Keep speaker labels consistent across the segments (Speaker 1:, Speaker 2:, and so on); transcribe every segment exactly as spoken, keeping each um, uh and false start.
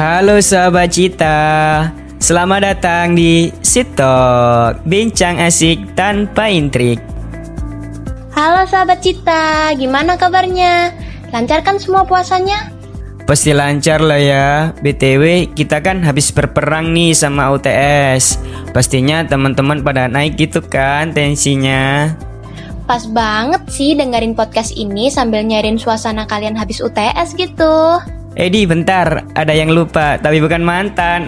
Speaker 1: Halo sahabat Cita, selamat datang di Sitok, bincang asik tanpa intrik.
Speaker 2: Halo sahabat Cita, gimana kabarnya? Lancar kan semua puasanya?
Speaker 1: Pasti lancar lah ya. B T W kita kan habis berperang nih sama U T S. Pastinya teman-teman pada naik gitu kan tensinya.
Speaker 2: Pas banget sih dengerin podcast ini sambil nyariin suasana kalian habis U T S gitu.
Speaker 1: Edi bentar, ada yang lupa, tapi bukan mantan.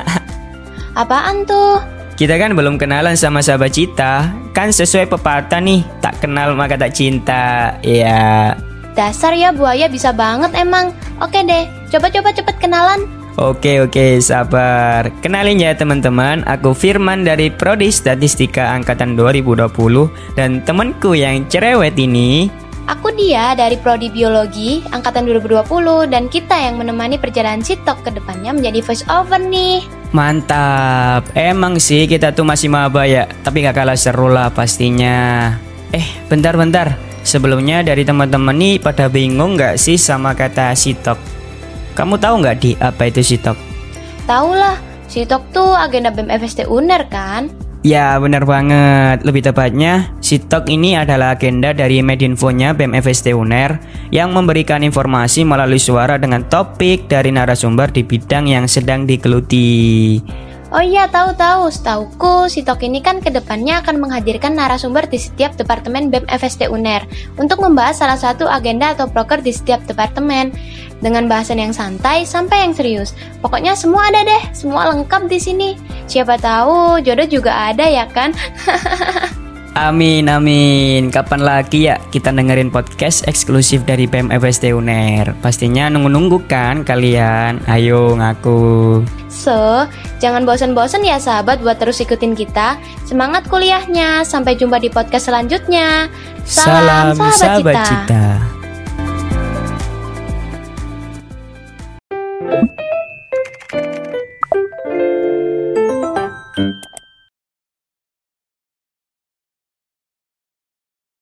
Speaker 2: Apaan tuh?
Speaker 1: Kita kan belum kenalan sama sahabat Cita. Kan sesuai pepatah nih, tak kenal maka tak cinta. Iya.
Speaker 2: Dasar ya buaya bisa banget emang. Oke deh, coba-coba cepet kenalan.
Speaker 1: Oke oke sabar. Kenalin ya teman-teman, aku Firman dari Prodi Statistika Angkatan dua ribu dua puluh. Dan temanku yang cerewet ini,
Speaker 2: aku Dia dari Prodi Biologi Angkatan dua ribu dua puluh. Dan kita yang menemani perjalanan Sitok ke depannya menjadi voice over nih.
Speaker 1: Mantap. Emang sih kita tuh masih maba ya, tapi gak kalah seru lah pastinya. Eh bentar-bentar, sebelumnya dari teman-teman nih pada bingung gak sih sama kata Sitok? Kamu tahu gak Di apa itu Sitok?
Speaker 2: Tahu lah, Sitok tuh agenda B E M F S T U N E R kan?
Speaker 1: Ya benar banget. Lebih tepatnya, Sitok ini adalah agenda dari Medinfonya B E M F S T U N E R yang memberikan informasi melalui suara dengan topik dari narasumber di bidang yang sedang digeluti.
Speaker 2: Oh iya, tahu-tahu. Setauku, Sitok ini kan kedepannya akan menghadirkan narasumber di setiap departemen B E M F S T U N E R untuk membahas salah satu agenda atau proker di setiap departemen dengan bahasan yang santai sampai yang serius. Pokoknya semua ada deh, semua lengkap di sini. Siapa tahu jodoh juga ada ya kan?
Speaker 1: Amin amin. Kapan lagi ya kita dengerin podcast eksklusif dari B E M F S T U N E R? Pastinya nunggu-nunggu kan kalian. Ayo ngaku.
Speaker 2: So, jangan bosan-bosan ya sahabat buat terus ikutin kita. Semangat kuliahnya. Sampai jumpa di podcast selanjutnya.
Speaker 1: Salam,
Speaker 2: Salam sahabat,
Speaker 1: sahabat
Speaker 2: Cita.
Speaker 1: Cita.